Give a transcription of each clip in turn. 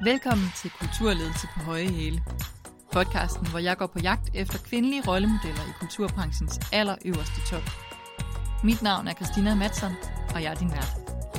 Velkommen til Kulturledelse på høje hæle. Podcasten, hvor jeg går på jagt efter kvindelige rollemodeller i kulturbranchens allerøverste top. Mit navn er Christina Madsson, og jeg er din vært.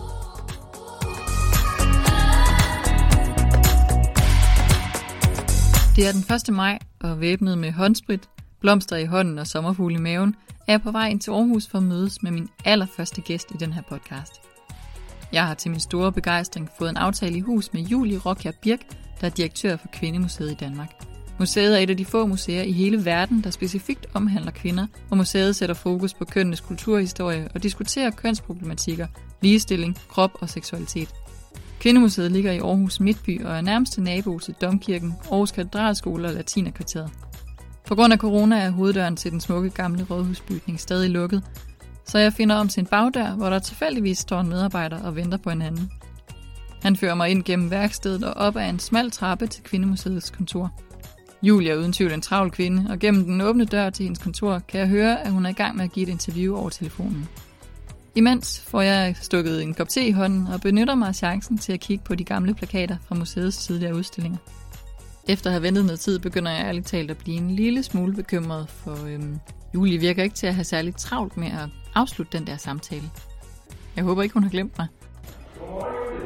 Det er den 1. maj, og væbnet med håndsprit, blomster i hånden og sommerfugle i maven, er jeg på vej ind til Aarhus for at mødes med min allerførste gæst i den her podcast. Jeg har til min store begejstring fået en aftale i hus med Julie Rockjær Birk, der er direktør for Kvindemuseet i Danmark. Museet er et af de få museer i hele verden, der specifikt omhandler kvinder, og museet sætter fokus på kønnenes kulturhistorie og diskuterer kønsproblematikker, ligestilling, krop og seksualitet. Kvindemuseet ligger i Aarhus Midtby og er nærmeste nabo til Domkirken, Aarhus Katedralskole og Latinerkvarteret. På grund af corona er hoveddøren til den smukke gamle rådhusbygning stadig lukket, så jeg finder om til en bagdør, hvor der tilfældigvis står en medarbejder og venter på en anden. Han fører mig ind gennem værkstedet og op ad en smal trappe til Kvindemuseets kontor. Julie er uden tvivl en travl kvinde, og gennem den åbne dør til hendes kontor kan jeg høre, at hun er i gang med at give et interview over telefonen. Imens får jeg stukket en kop te i hånden og benytter mig af chancen til at kigge på de gamle plakater fra museets tidligere udstillinger. Efter at have ventet noget tid, begynder jeg ærligt talt at blive en lille smule bekymret, for Julie virker ikke til at have særligt travlt med at afslutte den der samtale. Jeg håber ikke, hun har glemt mig. Godmorgen.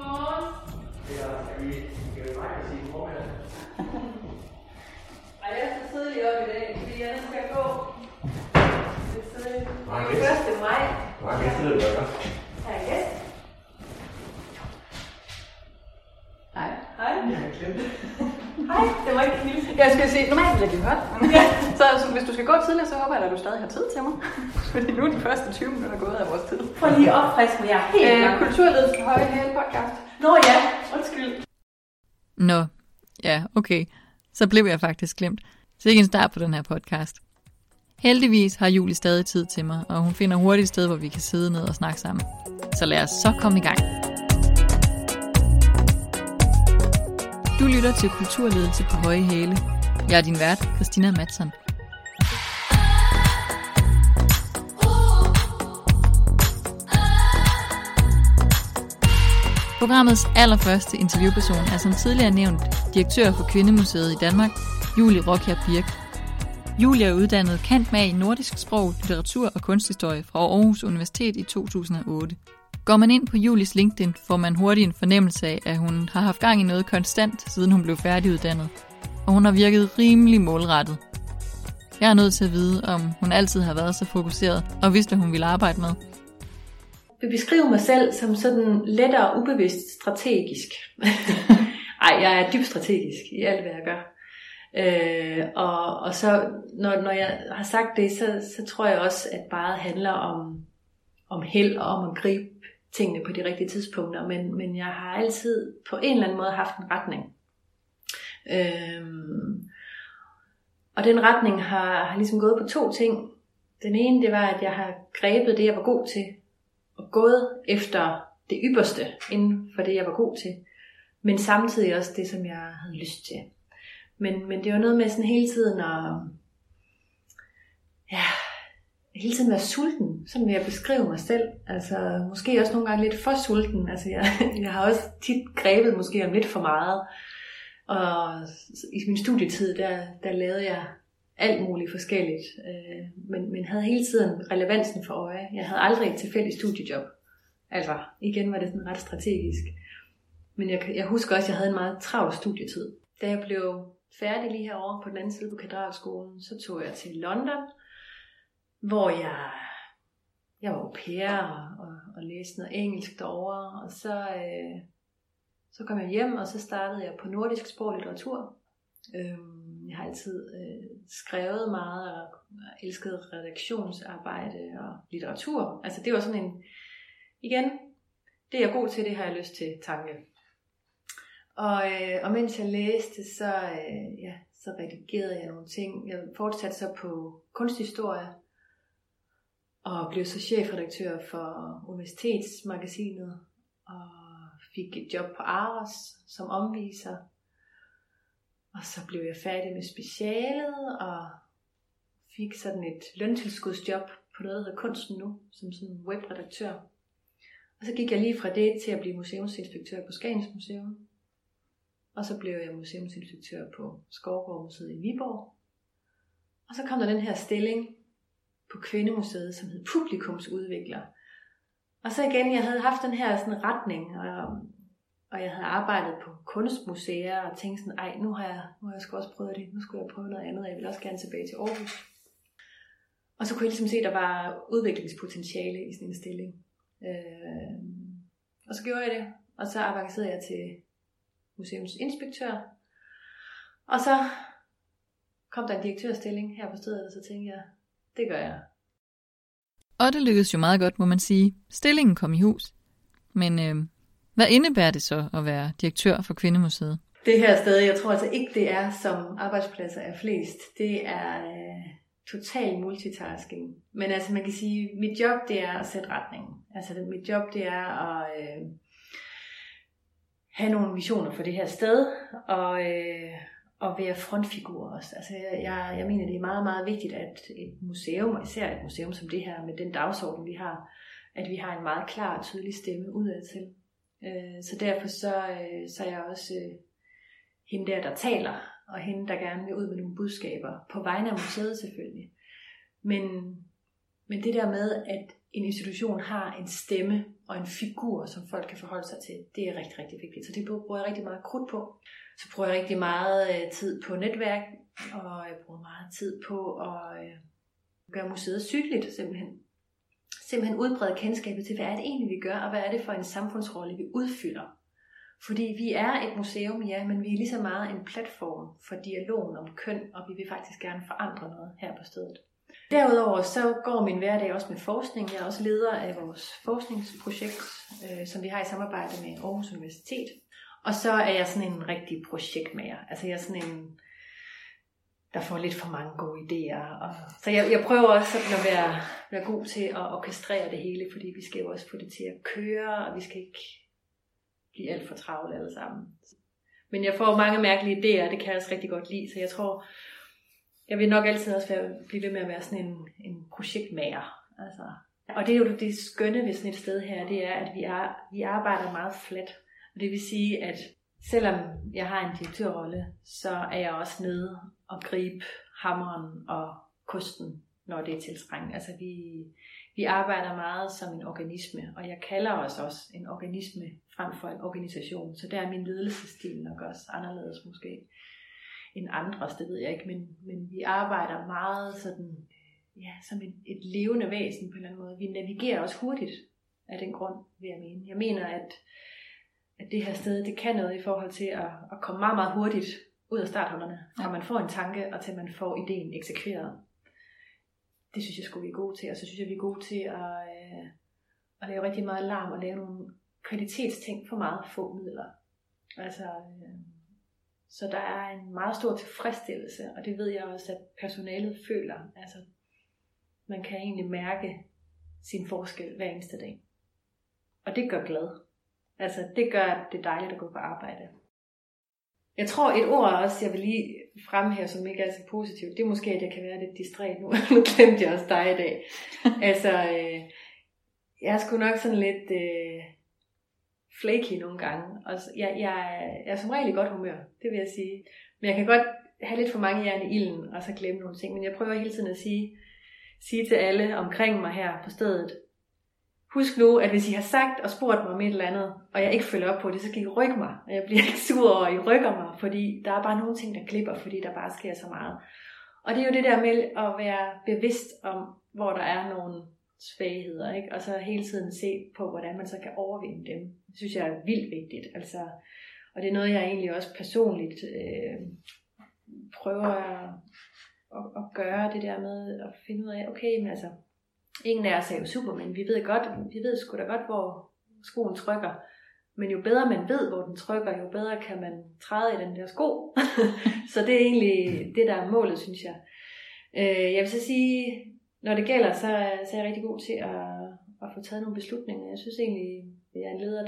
Jeg er så tidlig op i dag, fordi jeg skal gå. Det er 1. maj. Mange gæster, det gør. Her er gæst. Hej. Hej. Hej, det var ikke Niels. Jeg skal sige, normalt bliver det hørt. Så hvis du skal gå tidligere, så håber jeg, at du stadig har tid til mig. Fordi nu er de første 20 minutter gået af vores tid. Prøv lige at opfriske mig, jeg er helt klar. Kulturledelse på høje hæle podcast. Nå ja, undskyld. Nå, ja, okay. Så blev jeg faktisk glemt. Så ikke en start på den her podcast. Heldigvis har Julie stadig tid til mig, og hun finder hurtigt et sted, hvor vi kan sidde ned og snakke sammen. Så lad os så komme i gang. Du lytter til Kulturledelse på høje hæle. Jeg er din vært, Christina Madsson. Programmets allerførste interviewperson er som tidligere nævnt direktør for Kvindemuseet i Danmark, Julie Rockjær Birk. Julie er uddannet cand.mag i nordisk sprog, litteratur og kunsthistorie fra Aarhus Universitet i 2008. Går man ind på Julies LinkedIn, får man hurtigt en fornemmelse af, at hun har haft gang i noget konstant, siden hun blev færdiguddannet. Og hun har virket rimelig målrettet. Jeg er nødt til at vide, om hun altid har været så fokuseret, og vidste, hvad hun ville arbejde med. Jeg vil beskrive mig selv som sådan lettere ubevidst strategisk. Ej, jeg er dybt strategisk i alt, hvad jeg gør. Og så, når jeg har sagt det, så tror jeg også, at meget handler om held og om at gribe tingene på de rigtige tidspunkter. Men jeg har altid på en eller anden måde haft en retning. Og den retning har ligesom gået på 2 ting. Den ene, det var, at jeg har grebet det, jeg var god til, og gået efter det ypperste inden for det, jeg var god til. Men samtidig også det, som jeg havde lyst til. Men det var noget med sådan hele tiden hele tiden være sulten. Sådan vil jeg beskrive mig selv. Altså måske også nogle gange lidt for sulten. Altså jeg har også tit grebet måske om lidt for meget. Og i min studietid, der lavede jeg alt muligt forskelligt. Men havde hele tiden relevansen for øje. Jeg havde aldrig et tilfældigt studiejob. Altså igen var det sådan ret strategisk. Men jeg husker også, at jeg havde en meget travl studietid. Da jeg blev færdig lige herovre på den anden side på Katedralskolen, så tog jeg til London, hvor jeg var au pair og læste noget engelsk derovre. Og så kom jeg hjem, og så startede jeg på nordisk sprog og litteratur. Jeg har altid skrevet meget og elsket redaktionsarbejde og litteratur. Altså det var sådan en, igen, det er jeg god til, det har jeg lyst til, tanke. Og mens jeg læste, så redigerede jeg nogle ting. Jeg fortsatte så på kunsthistorie, og blev så chefredaktør for Universitetsmagasinet, og fik et job på Aros som omviser. Og så blev jeg færdig med specialet, og fik sådan et løntilskudsjob på noget, der hedder Kunsten Nu, som sådan en webredaktør. Og så gik jeg lige fra det til at blive museumsinspektør på Skagens Museum. Og så blev jeg museumsinspektør på Skovgårdmuseet i Viborg. Og så kom der den her stilling på Kvindemuseet, som hed publikumsudvikler. Og så igen, jeg havde haft den her sådan retning, og jeg havde arbejdet på kunstmuseer, og tænkte sådan, nu har jeg sgu også prøvet det, nu skulle jeg prøve noget andet, og jeg vil også gerne tilbage til Aarhus. Og så kunne jeg ligesom se, at der var udviklingspotentiale i sådan en stilling. Og så gjorde jeg det, og så avancerede jeg til museumsinspektør. Og så kom der en direktørstilling her på stedet, og så tænkte jeg, det gør jeg. Og det lykkedes jo meget godt, må man sige. Stillingen kom i hus. Men hvad indebærer det så at være direktør for Kvindemuseet? Det her sted, jeg tror altså ikke, det er som arbejdspladser er flest. Det er total multitasking. Men altså man kan sige, mit job det er at sætte retningen. Altså mit job det er at have nogle visioner for det her sted, og være frontfigur også. Altså jeg mener, det er meget, meget vigtigt, at et museum, og især et museum som det her, med den dagsorden vi har, at vi har en meget klar og tydelig stemme udadtil. Så derfor så er jeg også hende der taler, og hende der gerne vil ud med nogle budskaber, på vegne af museet selvfølgelig. Men det der med, at en institution har en stemme og en figur, som folk kan forholde sig til, det er rigtig, rigtig vigtigt. Så det bruger jeg rigtig meget krudt på. Så bruger jeg rigtig meget tid på netværk, og jeg bruger meget tid på at gøre museet synligt simpelthen. Simpelthen udbrede kendskabet til, hvad er det egentlig, vi gør, og hvad er det for en samfundsrolle, vi udfylder. Fordi vi er et museum, ja, men vi er lige så meget en platform for dialogen om køn, og vi vil faktisk gerne forandre noget her på stedet. Derudover så går min hverdag også med forskning. Jeg er også leder af vores forskningsprojekt, som vi har i samarbejde med Aarhus Universitet. Og så er jeg sådan en rigtig projektmager. Altså jeg er sådan en, der får lidt for mange gode idéer. Så jeg prøver også sådan at være god til at orkestrere det hele, fordi vi skal jo også få det til at køre, og vi skal ikke blive alt for travle alle sammen. Men jeg får mange mærkelige idéer, det kan jeg også rigtig godt lide, så jeg tror, jeg vil nok altid også blive ved med at være sådan en projektmager. Altså. Og det er jo det skønne ved sådan et sted her, det er, at vi arbejder meget flat. Og det vil sige, at selvom jeg har en direktørrolle, så er jeg også nede og gribe hammeren og kosten, når det er tiltrængt. Altså vi arbejder meget som en organisme, og jeg kalder os også en organisme frem for en organisation. Så der er min ledelsesstil nok også anderledes måske end andres, det ved jeg ikke. Men vi arbejder meget sådan, ja, som et levende væsen på en eller anden måde. Vi navigerer også hurtigt af den grund, vil jeg mene. Jeg mener, at det her sted, det kan noget i forhold til at komme meget, meget hurtigt ud af starthullerne, fra man får en tanke, og til man får ideen eksekveret. Det synes jeg skulle vi er gode til, og så synes jeg, vi er gode til at lave rigtig meget larm, og lave nogle kvalitetsting for meget få midler. Altså, så der er en meget stor tilfredsstillelse, og det ved jeg også, at personalet føler. Altså, man kan egentlig mærke sin forskel hver eneste dag. Og det gør glad. Altså, det gør, at det er dejligt at gå på arbejde. Jeg tror et ord også, jeg vil lige fremhæve, som ikke er så positivt, det er måske, at jeg kan være lidt distræt nu. Nu glemte jeg også dig i dag. Altså, jeg er sgu nok sådan lidt flaky nogle gange. Og jeg er som regel i godt humør, det vil jeg sige. Men jeg kan godt have lidt for mange jern i ilden, og så glemme nogle ting. Men jeg prøver hele tiden at sige til alle omkring mig her på stedet, husk nu, at hvis I har sagt og spurgt mig om et eller andet, og jeg ikke følger op på det, så kan I rykke mig. Og jeg bliver ikke sur over, at I rykker mig, fordi der er bare nogle ting, der glipper, fordi der bare sker så meget. Og det er jo det der med at være bevidst om, hvor der er nogle svagheder, ikke? Og så hele tiden se på, hvordan man så kan overvinde dem. Det synes jeg er vildt vigtigt. Altså, og det er noget, jeg egentlig også personligt prøver at gøre, det der med at finde ud af, okay, men altså, ingen af os er jo Superman. Vi ved sgu da godt, hvor skoen trykker. Men jo bedre man ved, hvor den trykker, jo bedre kan man træde i den der sko. Så det er egentlig det, der er målet, synes jeg. Jeg vil så sige, når det gælder, så er jeg rigtig god til at få taget nogle beslutninger. Jeg synes egentlig, jeg er en leder,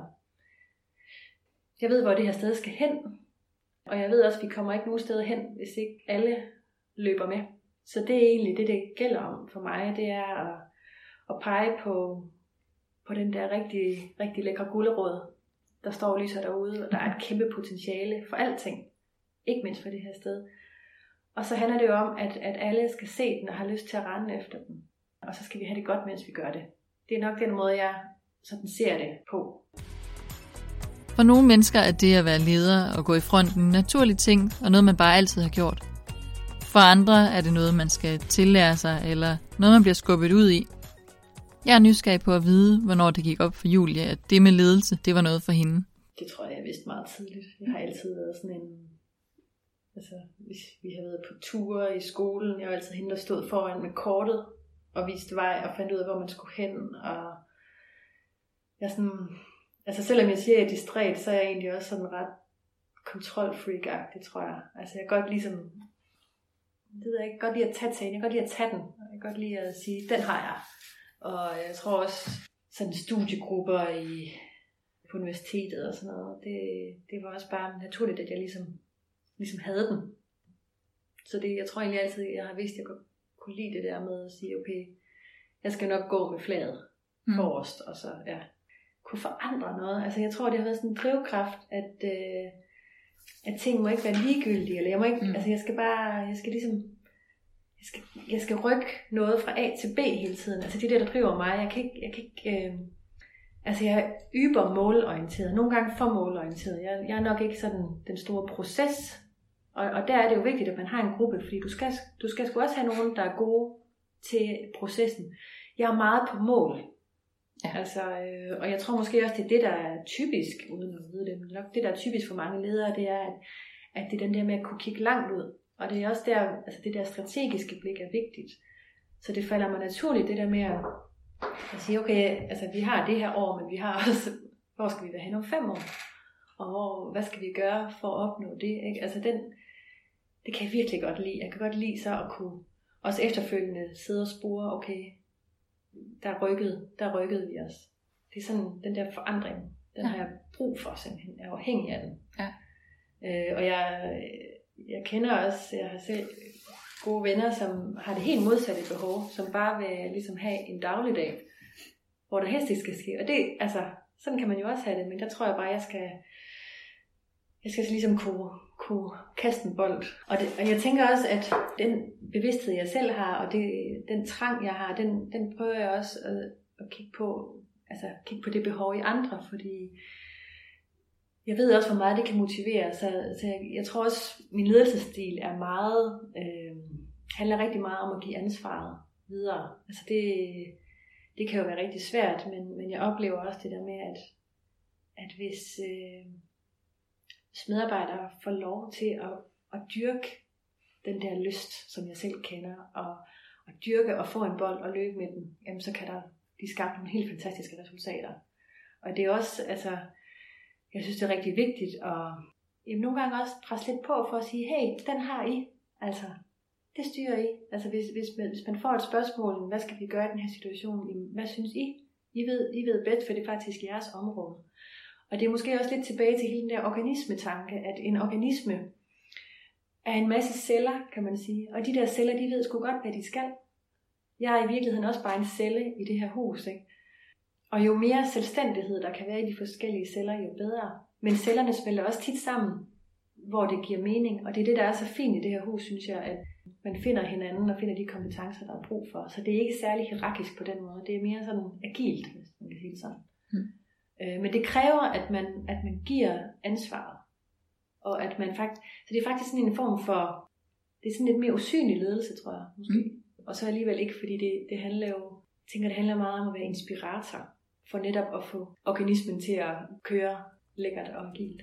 jeg ved, hvor det her sted skal hen. Og jeg ved også, at vi kommer ikke nogen steder hen, hvis ikke alle løber med. Så det er egentlig det gælder om for mig. Det er at pege på den der rigtig, rigtig lækre gulerod, der står lyser derude, og der er et kæmpe potentiale for alting. Ikke mindst for det her sted. Og så handler det jo om, at alle skal se den og have lyst til at rende efter den. Og så skal vi have det godt, mens vi gør det. Det er nok den måde, jeg sådan ser det på. For nogle mennesker er det at være leder og gå i fronten en naturlig ting, og noget man bare altid har gjort. For andre er det noget, man skal tillære sig, eller noget, man bliver skubbet ud i. Jeg er nysgerrig på at vide, hvornår det gik op for Julie, at det med ledelse, det var noget for hende. Det tror jeg vidste meget tidligt. Jeg har altid været sådan en... Altså, hvis vi har været på ture i skolen, jeg var altid hende, der stod foran med kortet og viste vej og fandt ud af, hvor man skulle hen. Og jeg sådan... Altså, selvom jeg siger, at jeg er distræt, så er jeg egentlig også sådan ret kontrolfreak-agtig, tror jeg. Altså, jeg kan godt ligesom... Det ved jeg ikke. Godt lide at tage sagen. Jeg kan godt lide at tage den. Jeg kan godt lide at sige, den har jeg. Og jeg tror også, sådan studiegrupper på universitetet og sådan noget, det var også bare naturligt, at jeg ligesom havde den. Så det, jeg tror egentlig altid, jeg har vidst, at jeg godt kunne lide det der med at sige, okay, jeg skal nok gå med flaget forrest, og så kunne forandre noget. Altså jeg tror, det har været sådan en drivkraft, at ting må ikke være ligegyldige, eller jeg må ikke, altså jeg skal rykke noget fra A til B hele tiden. Altså det der driver mig. Jeg kan ikke altså jeg er målorienteret. Nogle gange for målorienteret. Jeg er nok ikke sådan den store proces. Og der er det jo vigtigt, at man har en gruppe, fordi du skal sgu også have nogen, der er gode til processen. Jeg er meget på mål. Ja. Altså, og jeg tror måske også, det er det, der er typisk, uden at vide det, men nok det, der er typisk for mange ledere, det er, at det er den der med at kunne kigge langt ud. Og det er også der, altså det der strategiske blik er vigtigt. Så det falder mig naturligt, det der med at sige, okay, altså vi har det her år, men vi har også, hvor skal vi være hen om 5 år? Og hvad skal vi gøre for at opnå det? Ikke? Altså det kan jeg virkelig godt lide. Jeg kan godt lide så at kunne også efterfølgende sidde og spore, okay, der rykkede vi os. Det er sådan, den der forandring, den har jeg brug for simpelthen. Jeg er afhængig af den. Ja. Og jeg kender også, jeg har selv gode venner, som har det helt modsatte behov, som bare vil ligesom have en dagligdag, hvor der helst ikke skal ske. Og det, altså, sådan kan man jo også have det, men der tror jeg bare, jeg skal ligesom kunne kaste en bold. Og jeg tænker også, at den bevidsthed, jeg selv har, og den trang, jeg har, den prøver jeg også at kigge på, altså kigge på det behov i andre, fordi jeg ved også, hvor meget det kan motivere. Så jeg tror også, min ledelsesstil er meget, handler rigtig meget om at give ansvaret videre. Altså det kan jo være rigtig svært, men jeg oplever også det der med, at hvis medarbejdere får lov til at dyrke den der lyst, som jeg selv kender, og dyrke og få en bold og løbe med den, jamen så kan der blive skabt nogle helt fantastiske resultater. Og det er også, altså, jeg synes det er rigtig vigtigt at nogle gange også presse lidt på for at sige, hey, den har I, altså, det styrer I. Altså hvis man får et spørgsmål, hvad skal vi gøre i den her situation, jamen, hvad synes I? I ved bedst, for det er faktisk jeres område. Og det er måske også lidt tilbage til hele den der organismetanke, at en organisme er en masse celler, kan man sige. Og de der celler, de ved sgu godt, hvad de skal. Jeg er i virkeligheden også bare en celle i det her hus, ikke? Og jo mere selvstændighed, der kan være i de forskellige celler, jo bedre. Men cellerne spiller også tit sammen, hvor det giver mening. Og det er det, der er så fint i det her hus, synes jeg, at man finder hinanden og finder de kompetencer, der er brug for. Så det er ikke særlig hierarkisk på den måde. Det er mere sådan agilt, hvis man kan sige det sådan. Men det kræver, at man giver ansvaret. Og at man faktisk, så det er faktisk sådan en form for, det er sådan lidt mere usynlig ledelse, tror jeg, måske. Og så alligevel ikke, fordi det handler jo, jeg tænker, det handler meget om at være inspirator, for netop at få organismen til at køre lækkert og agilt.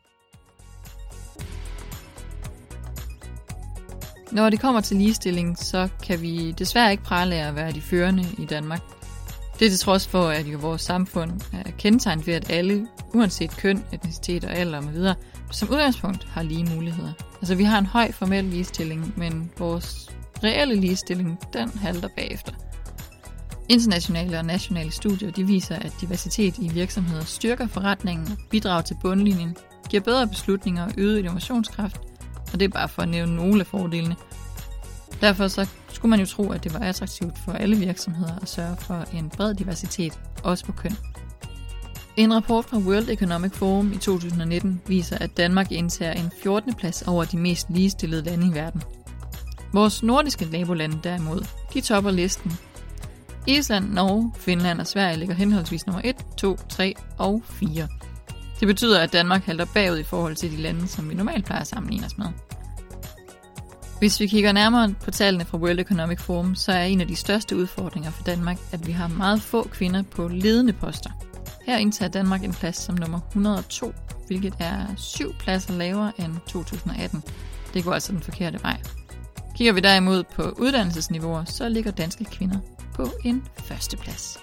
Når det kommer til ligestilling, så kan vi desværre ikke prale af at være de førende i Danmark. Det er til trods for, at jo vores samfund er kendetegnet ved, at alle, uanset køn, etnicitet og alder med videre, som udgangspunkt har lige muligheder. Altså vi har en høj formel ligestilling, men vores reelle ligestilling, den halter bagefter. Internationale og nationale studier de viser, at diversitet i virksomheder styrker forretningen, bidrager til bundlinjen, giver bedre beslutninger og øget innovationskraft, og det er bare for at nævne nogle af fordelene. Derfor så skulle man jo tro, at det var attraktivt for alle virksomheder at sørge for en bred diversitet, også på køn. En rapport fra World Economic Forum i 2019 viser, at Danmark indtager en 14. plads over de mest ligestillede lande i verden. Vores nordiske nabolande derimod, de topper listen. Island, Norge, Finland og Sverige ligger henholdsvis nummer 1, 2, 3 og 4. Det betyder, at Danmark halter bagud i forhold til de lande, som vi normalt plejer at sammenligne os med. Hvis vi kigger nærmere på tallene fra World Economic Forum, så er en af de største udfordringer for Danmark, at vi har meget få kvinder på ledende poster. Her indtager Danmark en plads som nummer 102, hvilket er 7 pladser lavere end 2018. Det går altså den forkerte vej. Kigger vi derimod på uddannelsesniveauer, så ligger danske kvinder på en førsteplads.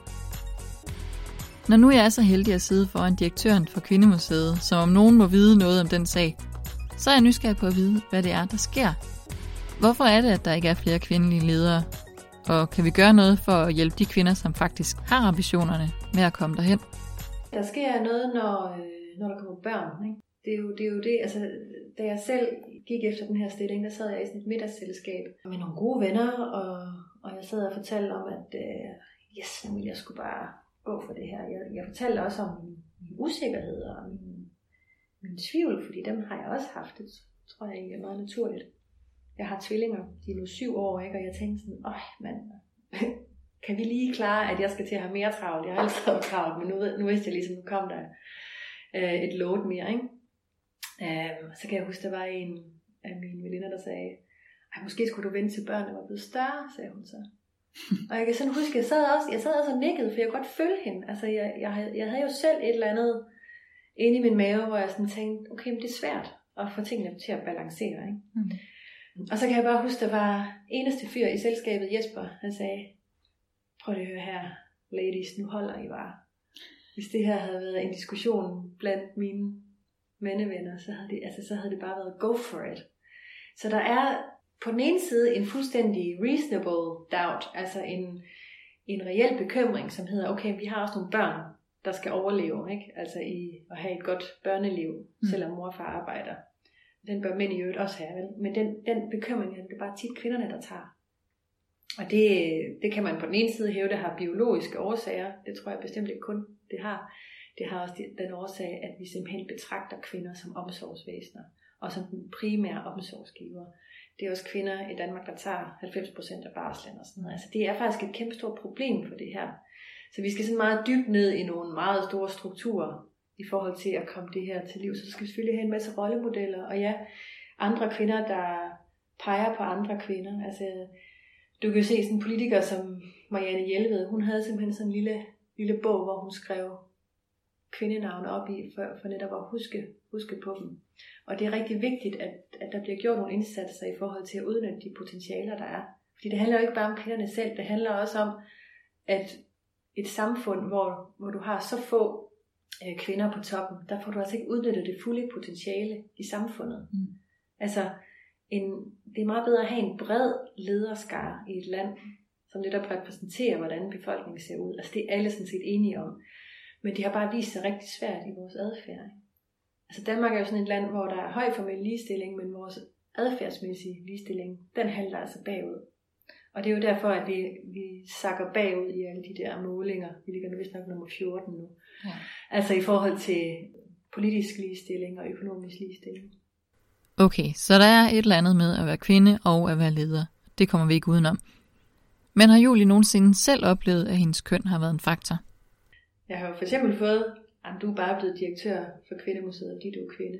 Når nu jeg er så heldig at sidde foran direktøren for Kvindemuseet, som om nogen må vide noget om den sag, så er jeg nysgerrig på at vide, hvad det er, der sker. Hvorfor er det, at der ikke er flere kvindelige ledere? Og kan vi gøre noget for at hjælpe de kvinder, som faktisk har ambitionerne med at komme derhen? Der sker noget, når der kommer børn. Ikke? Det er jo det, altså da jeg selv gik efter den her stilling, der sad jeg i sådan et middagsselskab med nogle gode venner, og jeg sad og fortalte om, at yes, nu ville jeg skulle bare gå for det her. Jeg fortalte også om min usikkerhed og min tvivl, fordi dem har jeg også haft. Det tror jeg egentlig er meget naturligt. Jeg har tvillinger, de er nu 7 år, ikke? Og jeg tænkte sådan, mand, kan vi lige klare, at jeg skal til at have mere travlt? Jeg har altid haft travlt, men nu vidste jeg ligesom, nu kom der et load mere, ikke? Så kan jeg huske, der var en af mine veninder, der sagde, måske skulle du vente til børnene var blevet større, sagde hun så. Og jeg kan sådan huske, jeg sad også og nikkede, for jeg kunne godt følge hende. Altså, jeg havde jo selv et eller andet inde i min mave, hvor jeg sådan tænkte, okay, men det er svært at få tingene til at balancere, ikke? Mm. Og så kan jeg bare huske, der var eneste fyr i selskabet, Jesper, han sagde, prøv at høre her, ladies, nu holder I bare. Hvis det her havde været en diskussion blandt mine vennevenner, så havde det bare været go for it. Så der er på den ene side en fuldstændig reasonable doubt, altså en reel bekymring, som hedder, okay, vi har også nogle børn, der skal overleve, ikke? Altså i at have et godt børneliv, selvom mor og far arbejder. Den bør mænd i øvrigt også have, vel? Men den bekymring er det bare tit kvinderne, der tager. Og det kan man på den ene side hævde har biologiske årsager. Det tror jeg bestemt ikke kun det har. Det har også den årsag, at vi simpelthen betragter kvinder som omsorgsvæsener og som den primære omsorgsgiver. Det er også kvinder i Danmark, der tager 90% af barslen og sådan noget. Altså det er faktisk et kæmpe stort problem for det her. Så vi skal sådan meget dybt ned i nogle meget store strukturer i forhold til at komme det her til liv. Så skal vi selvfølgelig have en masse rollemodeller. Og ja, andre kvinder, der peger på andre kvinder. Altså, du kan jo se sådan en politiker som Marianne Jelved. Hun havde simpelthen sådan en lille bog, hvor hun skrev kvindenavne op i, for netop at huske på dem. Og det er rigtig vigtigt, at der bliver gjort nogle indsatser i forhold til at udnytte de potentialer, der er. Fordi det handler jo ikke bare om kvinderne selv. Det handler også om, at et samfund, hvor du har så få kvinder på toppen, der får du altså ikke udnyttet det fulde potentiale i samfundet. Mm. Altså, det er meget bedre at have en bred lederskare i et land, som netop repræsenterer, hvordan befolkningen ser ud. Altså, det er alle sådan set enige om. Men det har bare vist sig rigtig svært i vores adfærd. Altså, Danmark er jo sådan et land, hvor der er høj formel ligestilling, men vores adfærdsmæssige ligestilling, den halter altså bagud. Og det er jo derfor, at vi sakker bagud i alle de der målinger. Vi ligger nu vist nok nummer 14 nu. Ja. Altså i forhold til politisk ligestilling og økonomisk ligestilling. Okay, så der er et eller andet med at være kvinde og at være leder. Det kommer vi ikke udenom. Men har Julie nogensinde selv oplevet, at hendes køn har været en faktor? Jeg har jo for eksempel fået, at du er bare blevet direktør for Kvindemuseet, fordi du er kvinde.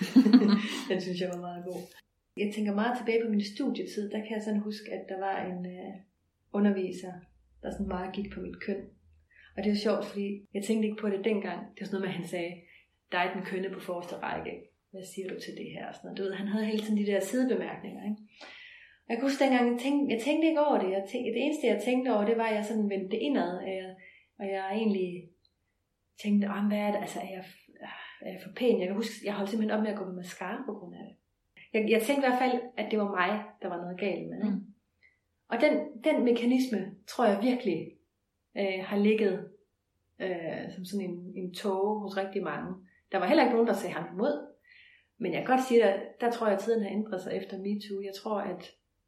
Den synes jeg var meget god. Jeg tænker meget tilbage på min studietid, der kan jeg sådan huske, at der var en underviser, der sådan meget gik på mit køn. Og det var sjovt, fordi jeg tænkte ikke på det dengang. Det var sådan noget med, at han sagde, dig er den kønne på forreste række. Hvad siger du til det her? Sådan noget. Du ved, han havde hele tiden de der sidebemærkninger. Ikke? Og jeg kunne huske dengang, jeg tænkte ikke over det. Det eneste, jeg tænkte over, det var, at jeg sådan vendte det indad. Og jeg egentlig tænkte, hvad er det? Altså, er jeg for pæn? Jeg kan huske, jeg holdt simpelthen op med at gå med mascara på grund af det. Jeg tænkte i hvert fald, at det var mig, der var noget galt med. Mm. Og den mekanisme, tror jeg virkelig har ligget som sådan en tåge hos rigtig mange. Der var heller ikke nogen, der sagde ham imod. Men jeg kan godt sige, at der tror jeg, at tiden har ændret sig efter MeToo. Jeg tror, at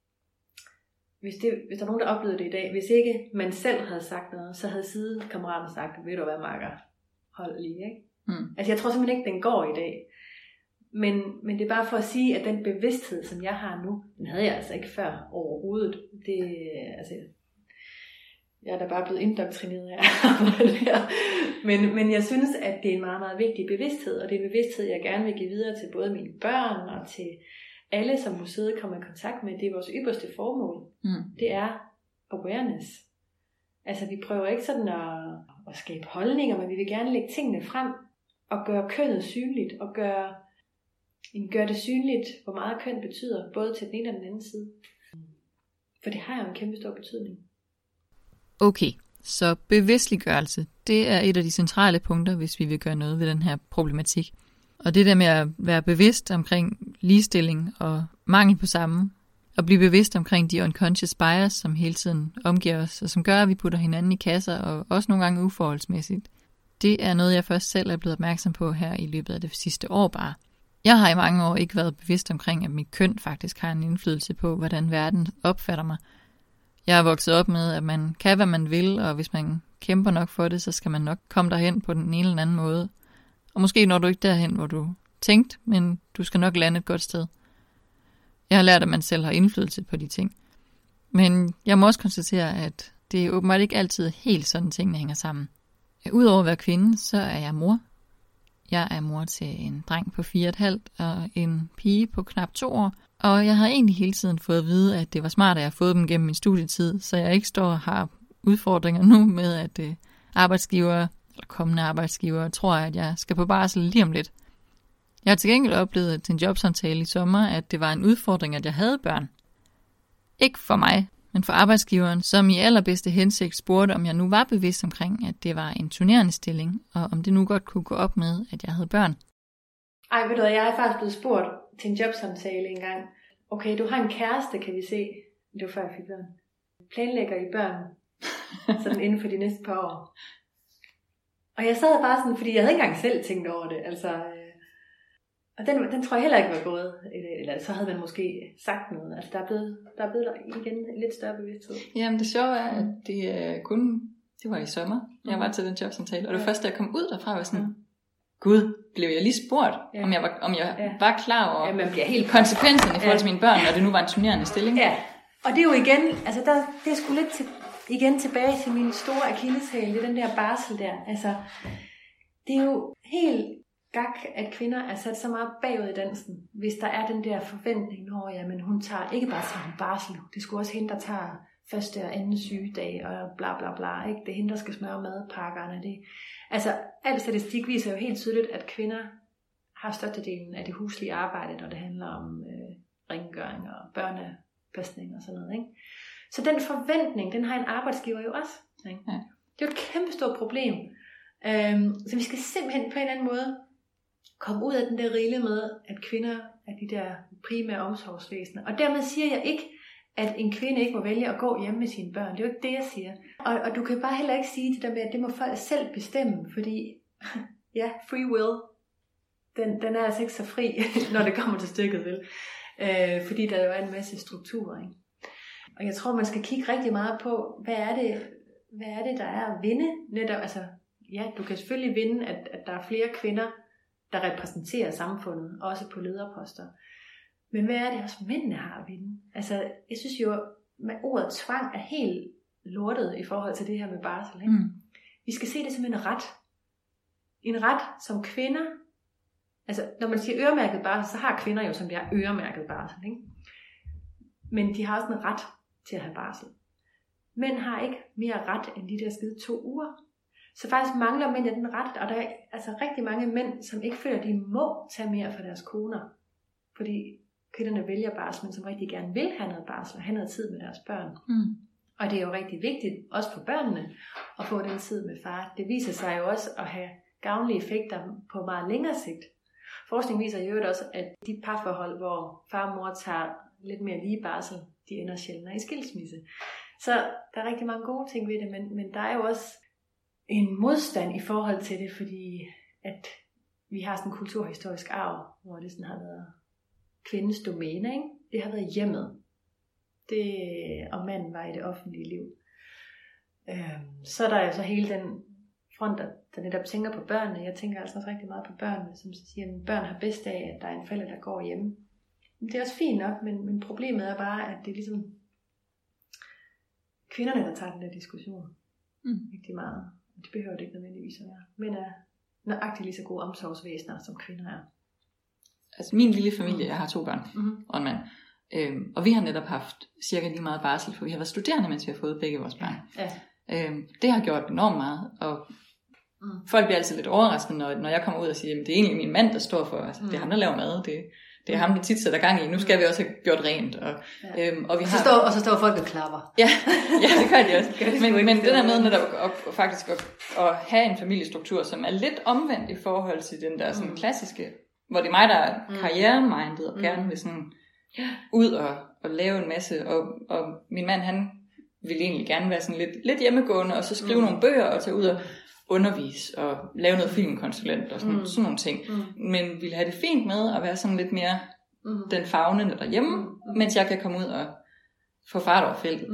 hvis der er nogen, der oplevede det i dag, hvis ikke man selv havde sagt noget, så havde sidekammeraten sagt, ved du hvad, makker, hold i, ikke? Altså jeg tror simpelthen ikke, den går i dag. Men det er bare for at sige, at den bevidsthed, som jeg har nu, den havde jeg altså ikke før overhovedet. Jeg er da bare blevet indoktrineret af her. Men jeg synes, at det er en meget, meget vigtig bevidsthed, og det er en bevidsthed, jeg gerne vil give videre til både mine børn og til alle, som museet kommer i kontakt med. Det er vores ypperste formål. Det er awareness. Altså vi prøver ikke sådan at skabe holdninger, men vi vil gerne lægge tingene frem og gøre kønnet synligt, og gøre det synligt, hvor meget køn betyder, både til den ene og den anden side. For det har jo en kæmpe stor betydning. Okay, så bevidstliggørelse, det er et af de centrale punkter, hvis vi vil gøre noget ved den her problematik. Og det der med at være bevidst omkring ligestilling og mangel på samme, og blive bevidst omkring de unconscious bias, som hele tiden omgiver os, og som gør, at vi putter hinanden i kasser, og også nogle gange uforholdsmæssigt. Det er noget, jeg først selv er blevet opmærksom på her i løbet af det sidste år bare. Jeg har i mange år ikke været bevidst omkring, at mit køn faktisk har en indflydelse på, hvordan verden opfatter mig. Jeg er vokset op med, at man kan, hvad man vil, og hvis man kæmper nok for det, så skal man nok komme derhen på den ene eller anden måde. Og måske når du ikke derhen, hvor du tænkte, men du skal nok lande et godt sted. Jeg har lært, at man selv har indflydelse på de ting. Men jeg må også konstatere, at det er åbenbart ikke altid helt sådan, tingene hænger sammen. Udover at være kvinde, så er jeg mor. Jeg er mor til en dreng på 4,5 og en pige på knap 2 år. Og jeg har egentlig hele tiden fået at vide, at det var smart, at jeg har fået dem gennem min studietid, så jeg ikke står og har udfordringer nu med, at arbejdsgivere eller kommende arbejdsgivere tror, at jeg skal på barsel lige om lidt. Jeg har til gengæld oplevet til en jobsamtale i sommer, at det var en udfordring, at jeg havde børn. Ikke for mig, men for arbejdsgiveren, som i allerbedste hensigt spurgte, om jeg nu var bevidst omkring, at det var en turnerende stilling, og om det nu godt kunne gå op med, at jeg havde børn. Ej, ved du hvad, jeg er faktisk blevet spurgt til en jobsamtale engang. Okay, du har en kæreste, kan vi se. Det var før jeg fik børn. Planlægger I børn sådan inden for de næste par år? Og jeg sad bare sådan, fordi jeg havde ikke engang selv tænkt over det. Altså, og den tror jeg heller ikke var gået. Eller så havde man måske sagt noget. Altså, der er blevet igen en lidt større bevidsthed. Jamen, det sjove er, at det var i sommer. Jeg var til den jobsamtale, og det første, da jeg kom ud derfra, var sådan, Gud, blev jeg lige spurgt, om jeg var klar over man bliver helt konsekvenserne i forhold til mine børn, når det nu var en turnerende stilling. Ja, og det er jo igen, altså det er sgu lidt igen tilbage til min store akilleshæl, det er den der barsel der. Altså, det er jo helt gak, at kvinder er sat så meget bagud i dansen, hvis der er den der forventning, men hun tager ikke bare tager en barsel, det skulle også hende, der tager første og anden sygedag, og bla bla bla, ikke? Det er hende, der skal smøre madpakkerne. Det. Altså, al statistik viser jo helt tydeligt, at kvinder har størstedelen af det huslige arbejde, når det handler om rengøring og børnepasning og sådan noget, ikke? Så den forventning, den har en arbejdsgiver jo også, ikke? Ja. Det er jo et kæmpe stort problem. Så vi skal simpelthen på en eller anden måde komme ud af den der rille med, at kvinder er de der primære omsorgsvæsener. Og dermed siger jeg ikke, at en kvinde ikke må vælge at gå hjemme med sine børn. Det er jo ikke det, jeg siger. Og du kan bare heller ikke sige det der med, at det må folk selv bestemme, fordi ja, free will, den er altså ikke så fri, når det kommer til stykket, vel? Fordi der jo er en masse strukturer, ikke? Og jeg tror, man skal kigge rigtig meget på, hvad er det, der er at vinde? Netop, altså, ja, du kan selvfølgelig vinde, at der er flere kvinder, der repræsenterer samfundet, også på lederposter. Men hvad er det også mændene har at vinde? Altså, jeg synes jo, at ordet tvang er helt lortet i forhold til det her med barsel, ikke? Vi skal se det som en ret. En ret som kvinder. Altså, når man siger øremærket barsel, så har kvinder jo som det er øremærket barsel, ikke? Men de har også en ret til at have barsel. Mænd har ikke mere ret end de der skide 2 uger. Så faktisk mangler mænd den ret, og der er altså rigtig mange mænd, som ikke føler, at de må tage mere fra deres koner. Fordi kvinderne vælger barsel, men som rigtig gerne vil have noget barsel og have noget tid med deres børn. Og det er jo rigtig vigtigt, også for børnene, at få den tid med far. Det viser sig jo også at have gavnlige effekter på meget længere sigt. Forskning viser jo også, at de parforhold, hvor far og mor tager lidt mere lige barsel, de ender sjældnere i skilsmisse. Så der er rigtig mange gode ting ved det, men der er jo også en modstand i forhold til det, fordi at vi har sådan en kulturhistorisk arv, hvor det sådan har været kvindens domæne, ikke? Det har været hjemmet. Og manden var i det offentlige liv. Så er der jo så hele den front, der netop tænker på børnene. Jeg tænker altså også rigtig meget på børnene, som siger, at børn har bedst af, at der er en forælder, der går hjemme. Det er også fint nok, men problemet er bare, at det er ligesom kvinderne, der tager den der diskussion rigtig meget. Det behøver det ikke nødvendigvis at være. Men er nøjagtigt lige så gode omsorgsvæsener, som kvinder er. Altså min lille familie, jeg har 2 børn og en mand. Og vi har netop haft cirka lige meget barsel, for vi har været studerende, mens vi har fået begge vores børn. Ja. Det har gjort enormt meget, og folk bliver altid lidt overrasket, når jeg kommer ud og siger, at det er egentlig min mand, der står for, altså, det er ham, der laver mad, det er ham, vi tit sætter gang i, nu skal vi også have gjort rent. Og så står folk og klapper. Ja, det gør de også. men det der med netop at have en familiestruktur, som er lidt omvendt i forhold til den der sådan klassiske, hvor det er mig, der er karrieremindet og gerne vil sådan ud og lave en masse, og min mand, han ville egentlig gerne være sådan lidt hjemmegående, og så skrive nogle bøger og tage ud og undervise og lave noget filmkonsulent og sådan nogle ting. Men ville have det fint med at være sådan lidt mere den favnende derhjemme, mens jeg kan komme ud og få fart over feltet.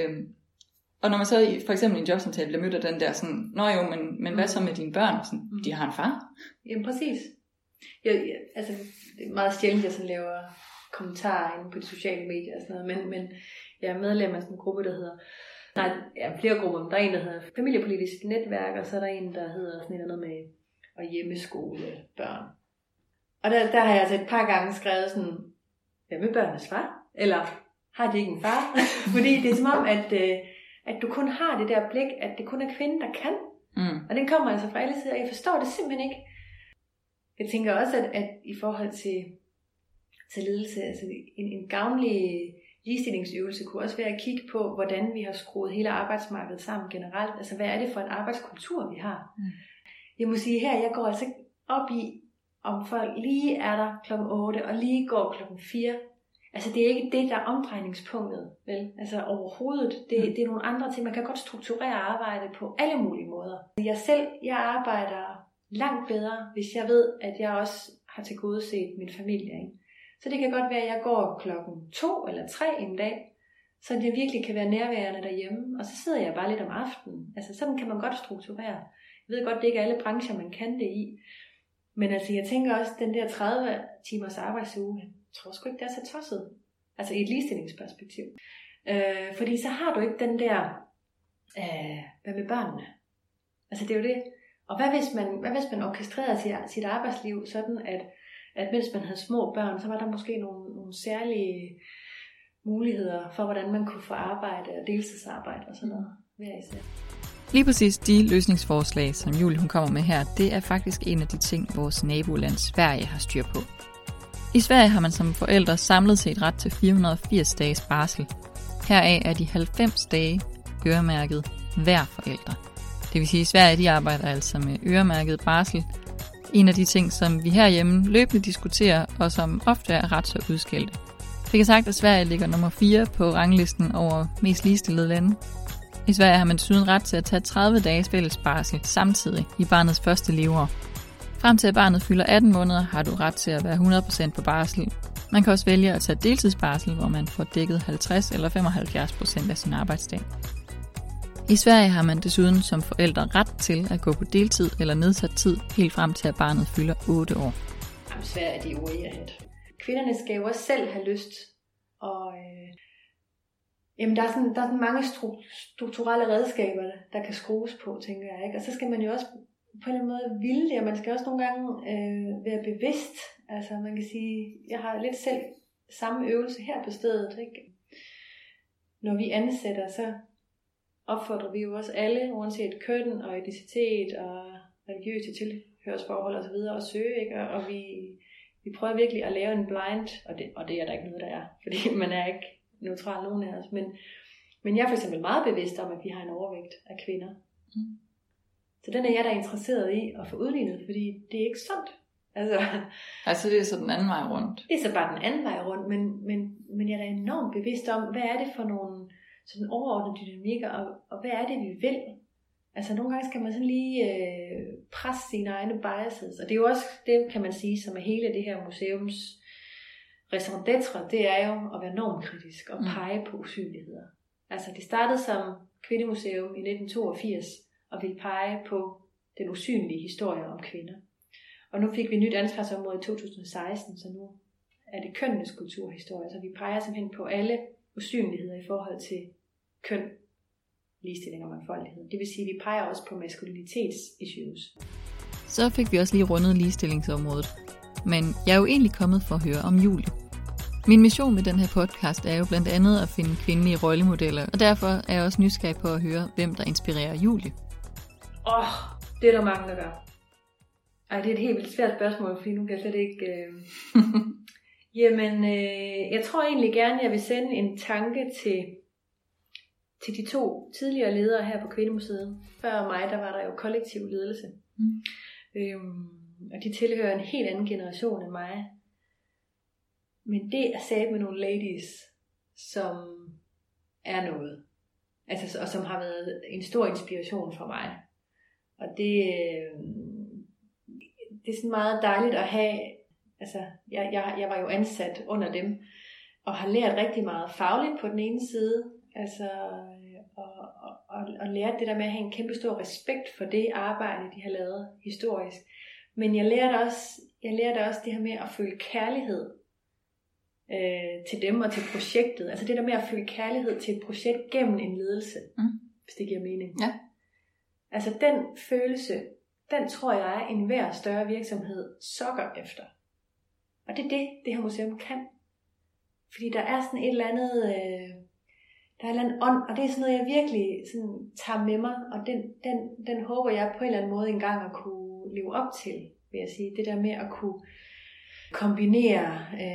Og når man så for eksempel i en jobsamtale bliver mødt af den der sådan, nå jo, men hvad så med dine børn? Sådan, de har en far. Jamen præcis. Altså, det er meget sjældent, jeg sådan laver kommentarer inde på de sociale medier og sådan noget, men jeg er medlem af sådan en gruppe, der hedder, flere grupper, men der er en, der hedder Familiepolitisk Netværk, og så er der en, der hedder sådan noget med at hjemmeskole børn. Og der har jeg altså et par gange skrevet sådan, hvad med børnenes far? Eller har de ikke en far? Fordi det er som om, at du kun har det der blik, at det kun er kvinden, der kan. Og den kommer altså fra alle sider, og jeg forstår det simpelthen ikke. Jeg tænker også, at i forhold til ledelse, altså en gavnlig ligestillingsøvelse kunne også være at kigge på, hvordan vi har skruet hele arbejdsmarkedet sammen generelt. Altså, hvad er det for en arbejdskultur, vi har? Jeg må sige her, jeg går altså ikke op i, om folk lige er der kl. 8 og lige går kl. 4. Altså, det er ikke det, der er omdrejningspunktet, vel? Altså, overhovedet. Det er nogle andre ting. Man kan godt strukturere arbejde på alle mulige måder. Jeg arbejder langt bedre, hvis jeg ved, at jeg også har tilgodeset min familie, ikke? Så det kan godt være, at jeg går 2 eller 3 en dag, så jeg virkelig kan være nærværende derhjemme. Og så sidder jeg bare lidt om aftenen. Altså sådan kan man godt strukturere. Jeg ved godt, det ikke er alle brancher, man kan det i. Men altså jeg tænker også, den der 30 timers arbejdsuge, jeg tror sgu ikke, det er så tosset. Altså i et ligestillingsperspektiv. Fordi så har du ikke den der, hvad med børnene? Altså det er jo det. Og hvad hvis man orkestrerede sit arbejdsliv sådan, at mens man havde små børn, så var der måske nogle særlige muligheder for, hvordan man kunne få arbejde og deltidsarbejde og sådan noget. Lige præcis de løsningsforslag, som Julie hun kommer med her, det er faktisk en af de ting, vores naboland Sverige har styr på. I Sverige har man som forældre samlet set ret til 480 dages barsel. Heraf er de 90 dage øremærket hver forældre. Det vil sige, at i Sverige de arbejder altså med øremærket barsel. En af de ting, som vi herhjemme løbende diskuterer, og som ofte er ret så udskældte. Fik jeg sagt, at Sverige ligger nummer 4 på ranglisten over mest ligestillede lande. I Sverige har man desuden ret til at tage 30 dages fælles barsel samtidig i barnets første leveår. Frem til at barnet fylder 18 måneder, har du ret til at være 100% på barsel. Man kan også vælge at tage deltidsbarsel, hvor man får dækket 50 eller 75% af sin arbejdsdag. I Sverige har man desuden som forældre ret til at gå på deltid eller nedsat tid, helt frem til at barnet fylder 8 år. Jamen, Sverige er de ureaget. Kvinderne skal jo også selv have lyst, og jamen, der er sådan mange strukturelle redskaber, der kan skrues på, tænker jeg, ikke? Og så skal man jo også på en eller anden måde ville det, og man skal også nogle gange være bevidst. Altså man kan sige, jeg har lidt selv samme øvelse her på stedet, ikke? Når vi ansætter, så opfordrer vi jo også alle, uanset køn og etnicitet og religiøse tilhørsforhold osv. at søge, ikke? Og vi prøver virkelig at lave en blind, og det er der ikke noget, der er, fordi man er ikke neutral nogen af os, men jeg er for eksempel meget bevidst om, at vi har en overvægt af kvinder. Så den er jeg da interesseret i at få udlignet, fordi det er ikke sundt. Altså det er så den anden vej rundt. Det er så bare den anden vej rundt, men jeg er da enormt bevidst om, hvad er det for nogle sådan overordnede dynamikker, og hvad er det, vi vil? Altså nogle gange skal man sådan lige presse sine egne biases, og det er jo også det, kan man sige, som er hele det her museums raison d'être, det er jo at være normkritisk og pege på usynligheder. Altså det startede som kvindemuseum i 1982, og ville pege på den usynlige historie om kvinder. Og nu fik vi nyt ansvarsområde i 2016, så nu er det kønnenes kulturhistorie. Så vi peger simpelthen på alle usynligheder i forhold til køn, ligestilling og mangfoldighed. Det vil sige, at vi peger også på maskulinitetsissues. Så fik vi også lige rundet ligestillingsområdet. Men jeg er jo egentlig kommet for at høre om Julie. Min mission med den her podcast er jo blandt andet at finde kvindelige rollemodeller, og derfor er jeg også nysgerrig på at høre, hvem der inspirerer Julie. Det er der mange, der gør. Ej, det er et helt vildt svært spørgsmål, fordi nu kan jeg slet ikke... Jamen, jeg tror egentlig gerne, jeg vil sende en tanke til de 2 tidligere ledere her på Kvindemuseet. Før mig, der var der jo kollektiv ledelse. Og de tilhører en helt anden generation end mig. Men det er sat med nogle ladies, som er noget. Altså, og som har været en stor inspiration for mig. Og det er sådan meget dejligt at have. Altså, jeg var jo ansat under dem, og har lært rigtig meget fagligt på den ene side. Altså, og lært det der med at have en kæmpe stor respekt for det arbejde, de har lavet historisk. Men jeg lærte også det her med at føle kærlighed til dem og til projektet. Altså det der med at føle kærlighed til et projekt gennem en ledelse, hvis det giver mening. Ja. Altså den følelse, den tror jeg, en hver større virksomhed sokker efter. Og det er det her museum kan. Fordi der er sådan et eller andet, der er en eller anden ånd, og det er sådan noget, jeg virkelig sådan tager med mig, og den håber jeg på en eller anden måde engang at kunne leve op til, vil jeg sige. Det der med at kunne kombinere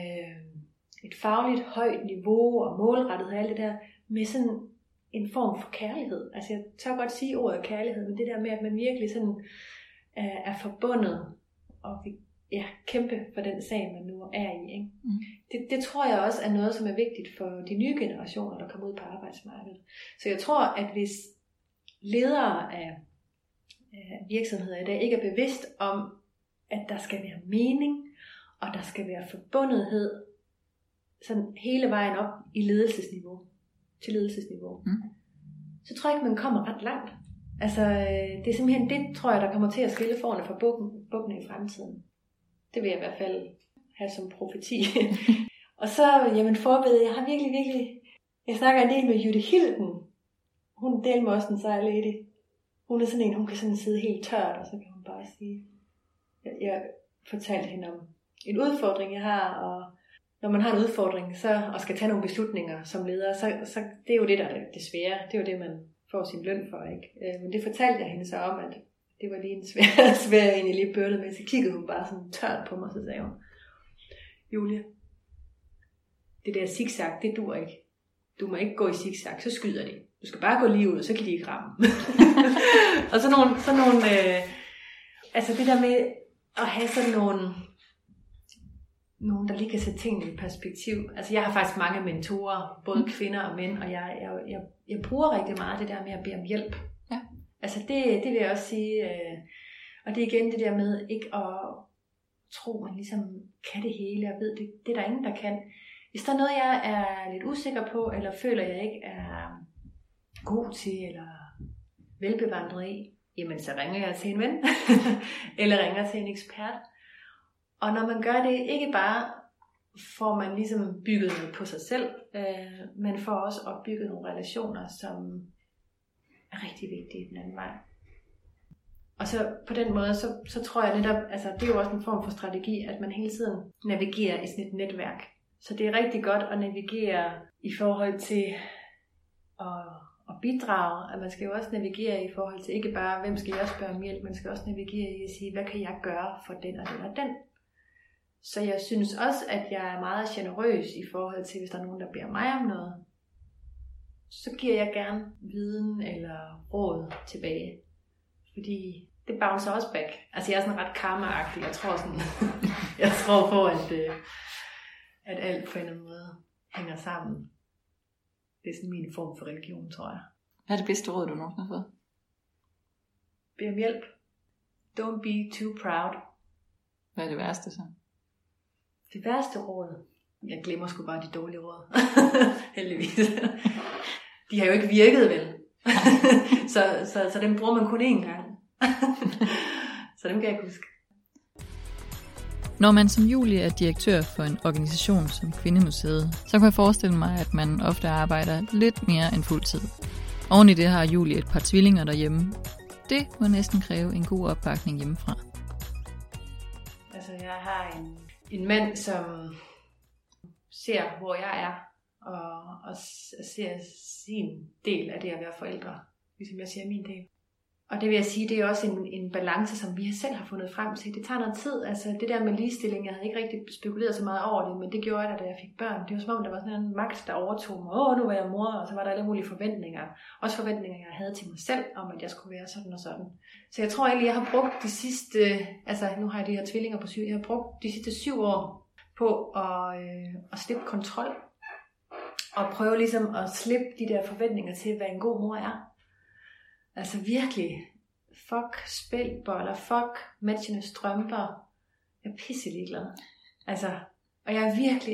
et fagligt højt niveau og målrettet og alt det der, med sådan en form for kærlighed. Altså jeg tør godt sige ordet kærlighed, men det der med, at man virkelig sådan er forbundet og kæmpe for den sag, man nu er i. Ikke? Det tror jeg også er noget, som er vigtigt for de nye generationer, der kommer ud på arbejdsmarkedet. Så jeg tror, at hvis ledere af virksomheder i dag ikke er bevidst om, at der skal være mening, og der skal være forbundethed, sådan hele vejen op i ledelsesniveau, til ledelsesniveau, så tror jeg ikke, man kommer ret langt. Altså, det er simpelthen det, tror jeg, der kommer til at skille forne fra bukkene i fremtiden. Det vil jeg i hvert fald have som profeti. Og så, forbede, jeg har virkelig, jeg snakker en del med Jytte Hilden. Hun deler mig også en sej lady. Hun er sådan en, hun kan sådan sidde helt tørt, og så kan hun bare sige, jeg fortalte hende om en udfordring, jeg har, og når man har en udfordring, og skal tage nogle beslutninger som leder, så det er jo det, der er det svære. Det er jo det, man får sin løn for, ikke? Men det fortalte jeg hende så om, at det var lige en svær jeg egentlig lige børdede med. Så kiggede hun bare sådan tørt på mig, og så sagde hun, Julie, det der zigzag, det dur ikke. Du må ikke gå i zigzag, så skyder de. Du skal bare gå lige ud, så kan de ikke ramme. Og sådan nogle altså det der med at have sådan nogen, der lige kan sætte tingene i perspektiv. Altså jeg har faktisk mange mentorer, både kvinder og mænd, og jeg bruger rigtig meget det der med at bede om hjælp. Ja. Altså det vil jeg også sige, og det er igen det der med ikke at tro, man ligesom kan det hele, og ved det er der ingen, der kan. Hvis der er noget, jeg er lidt usikker på, eller føler, jeg ikke er god til, eller velbevandret i, jamen så ringer jeg til en ven, eller ringer til en ekspert. Og når man gør det, ikke bare får man ligesom bygget noget på sig selv, men får også opbygget nogle relationer, som er rigtig vigtige den anden vej. Og så på den måde, så tror jeg netop, altså det er jo også en form for strategi, at man hele tiden navigerer i sådan et netværk. Så det er rigtig godt at navigere i forhold til at bidrage, at man skal jo også navigere i forhold til ikke bare, hvem skal jeg spørge om hjælp, man skal også navigere i at sige, hvad kan jeg gøre for den og den og den. Så jeg synes også, at jeg er meget generøs i forhold til, hvis der er nogen, der beder mig om noget, så giver jeg gerne viden eller råd tilbage. Fordi det bouncer også back. Altså jeg er sådan ret karma-agtig. Jeg tror på, at alt på en eller anden måde hænger sammen. Det er sådan min form for religion, tror jeg. Hvad er det bedste råd, du nogensinde har fået? Bed om hjælp. Don't be too proud. Hvad er det værste så? Det værste råd? Jeg glemmer sgu bare de dårlige råd. Heldigvis. De har jo ikke virket vel. så dem bruger man kun én gang. Så dem kan jeg huske. Når man som Julie er direktør for en organisation som Kvindemuseet, så kan jeg forestille mig, at man ofte arbejder lidt mere end fuldtid. Oven i det har Julie et par tvillinger derhjemme. Det må næsten kræve en god opbakning hjemmefra. Altså, jeg har en mand, som ser, hvor jeg er, og ser sin del af det at være forældre, ligesom jeg ser min del. Og det vil jeg sige, det er også en balance, som vi selv har fundet frem til. Det tager noget tid. Altså det der med ligestilling, jeg havde ikke rigtig spekuleret så meget over det, men det gjorde jeg, da jeg fik børn. Det var som om, der var sådan en magt, der overtog mig. Nu var jeg mor, og så var der alle mulige forventninger. Også forventninger, jeg havde til mig selv, om at jeg skulle være sådan og sådan. Så jeg tror egentlig, jeg har brugt de sidste, nu har jeg de her tvillinger på 7, jeg har brugt de sidste 7 år på at slippe kontrol. Og prøve ligesom at slippe de der forventninger til, hvad en god mor er. Altså virkelig, fuck spælboller, fuck matchende strømper. Jeg er pisselig glad. Altså, og jeg er virkelig,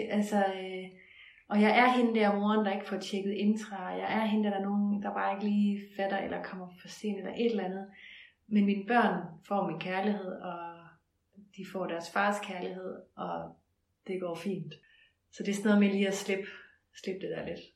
og jeg er hende der moren, der ikke får tjekket intra. Jeg er hende der nogen, der bare ikke lige fatter, eller kommer for sent, eller et eller andet. Men mine børn får min kærlighed, og de får deres fars kærlighed, og det går fint. Så det er sådan noget med lige at slippe det der lidt.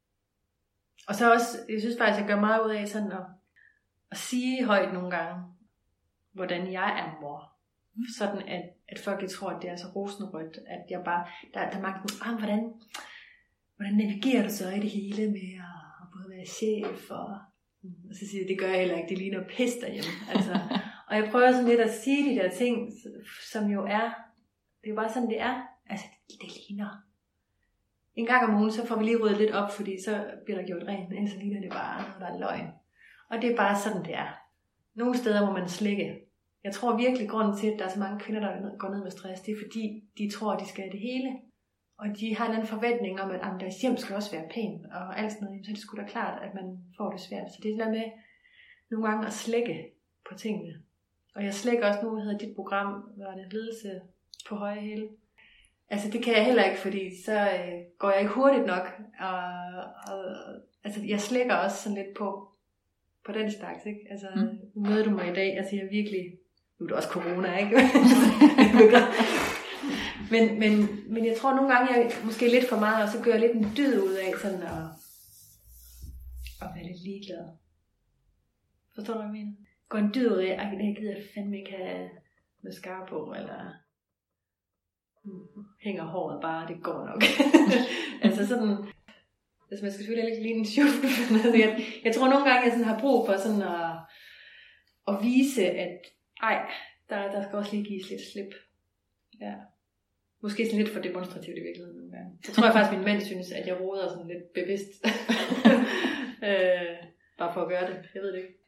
Og så også, jeg synes faktisk, jeg gør meget ud af sådan at sige højt nogle gange, hvordan jeg er mor. Sådan at folk ikke tror, at det er så rosenrødt, at jeg bare, der er mange, hvordan navigerer du så i det hele med at både være chef, og så siger jeg, det gør jeg heller ikke, det ligner pis derhjemme. Altså, og jeg prøver sådan lidt at sige de der ting, som jo er, det er jo bare sådan, det er. Altså, det ligner. En gang om ugen, så får vi lige ryddet lidt op, fordi så bliver der gjort rent, så ligner det bare noget, der er løgn. Og det er bare sådan, det er. Nogle steder må man slikke. Jeg tror virkelig, grunden til, at der er så mange kvinder, der går ned med stress, det er fordi, de tror, at de skal have det hele. Og de har en anden forventning om, at deres hjem skal også være pænt, og alt sådan noget. Så er det sgu da klart, at man får det svært. Så det er det der med nogle gange at slække på tingene. Og jeg slækker også nu, hedder dit program, var det ledelse på høje hæle. Altså det kan jeg heller ikke, fordi så går jeg ikke hurtigt nok. Altså jeg slækker også sådan lidt på den slags, ikke? Altså nu møder du mig i dag, altså jeg er virkelig, nu er det også corona, ikke? men jeg tror nogle gange, jeg er måske lidt for meget, og så gør jeg lidt en dyd ud af sådan at være lidt ligeglad. Forstår du, hvad jeg mener? Går en dyd ud af, at jeg gider fandme ikke have mascara på, eller hænger håret bare, det går nok. Altså sådan, altså man skal selvfølgelig ikke ligne en sjovt. Jeg tror nogle gange, jeg sådan har brug for sådan at vise, at der skal også lige gives lidt slip. Ja. Måske sådan lidt for demonstrativt i virkeligheden nogle gange. Så tror jeg faktisk, min mand synes, at jeg roder sådan lidt bevidst. Bare for at gøre det. Jeg ved det ikke.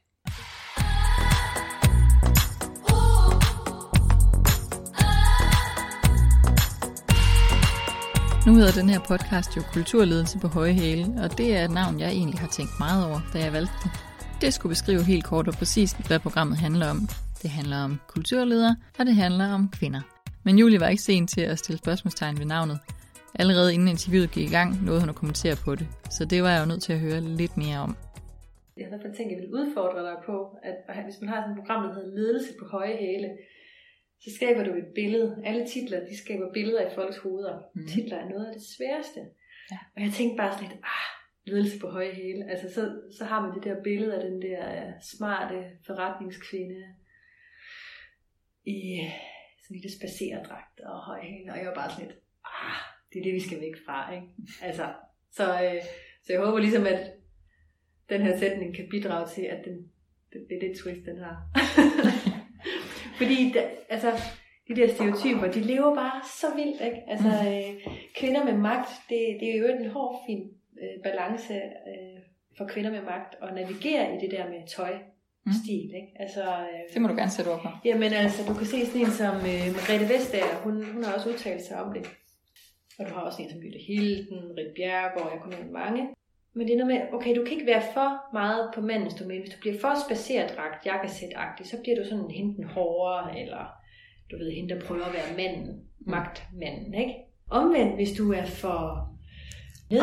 Nu hedder den her podcast jo Kulturledelse på høje hæle, og det er et navn, jeg egentlig har tænkt meget over, da jeg valgte det. Det skulle beskrive helt kort og præcist, hvad programmet handler om. Det handler om kulturledere, og det handler om kvinder. Men Julie var ikke sen til at stille spørgsmålstegn ved navnet. Allerede inden interviewet gik i gang, nåede hun at kommentere på det, så det var jeg jo nødt til at høre lidt mere om. Jeg havde tænkt, at jeg ville udfordre dig på, at hvis man har sådan et program, der hedder Ledelse på høje hæle, så skaber du et billede. Alle titler, de skaber billeder i folks hoveder. Titler er noget af det sværeste. Ja. Og jeg tænkte bare sådan lidt, ledelse på høje hæle. Altså så har man det der billede af den der smarte forretningskvinde i sådan lidt spaceredragt og høje hæle. Og jeg var bare sådan lidt, det er det, vi skal væk fra, ikke? Altså, så jeg håber ligesom, at den her sætning kan bidrage til, at det er det twist, den har. Fordi de der stereotyper, de lever bare så vildt, ikke? Altså kvinder med magt, det er jo en hård, fin balance for kvinder med magt at navigere i det der med tøj-stil, ikke? Altså, det må du gerne sætte ord på. Jamen altså, du kan se sådan en som Margrethe Vestager, hun har også udtalt sig om det. Og du har også en som Jytte Hilden, Ritt Bjerregaard, jeg kunne nævne mange. Men det er noget med, okay, du kan ikke være for meget på mandens domæne. Hvis du bliver for spacerdragt, jakkesæt-agtig, så bliver du sådan hende hårdere, eller du ved, hende der prøver at være manden, magtmanden, ikke? Omvendt, hvis du er for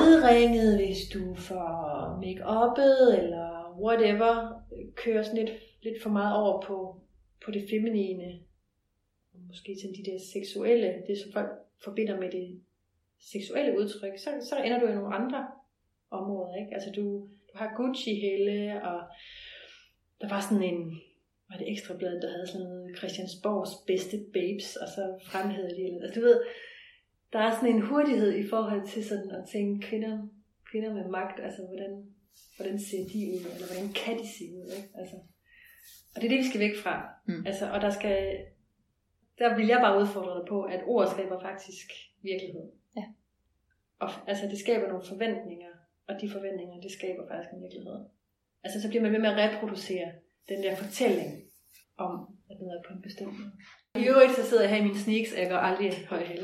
nedringet, hvis du er for make-uppet, eller whatever, kører sådan lidt lidt for meget over på det feminine, måske sådan de der seksuelle, det som folk forbinder med det seksuelle udtryk, så ender du i nogle andre områder, ikke? Altså du har Gucci-hæle, og der var sådan en, var det Ekstrabladet, der havde sådan noget Christiansborgs bedste babes, og så fremhævede de, altså du ved, der er sådan en hurtighed i forhold til sådan at tænke kvinder med magt, altså hvordan ser de ud, eller hvordan kan de se ud, ikke? Altså, og det er det, vi skal væk fra. Altså, og der vil jeg bare udfordre dig på, at ord skaber faktisk virkelighed. Ja. Og altså, det skaber nogle forventninger, og de forventninger, det skaber faktisk en virkelighed. Altså, så bliver man ved med at reproducere den der fortælling om, at noget er på en bestemt måde. I øvrigt, så sidder jeg her i mine sneaks, og jeg går aldrig høj hæle.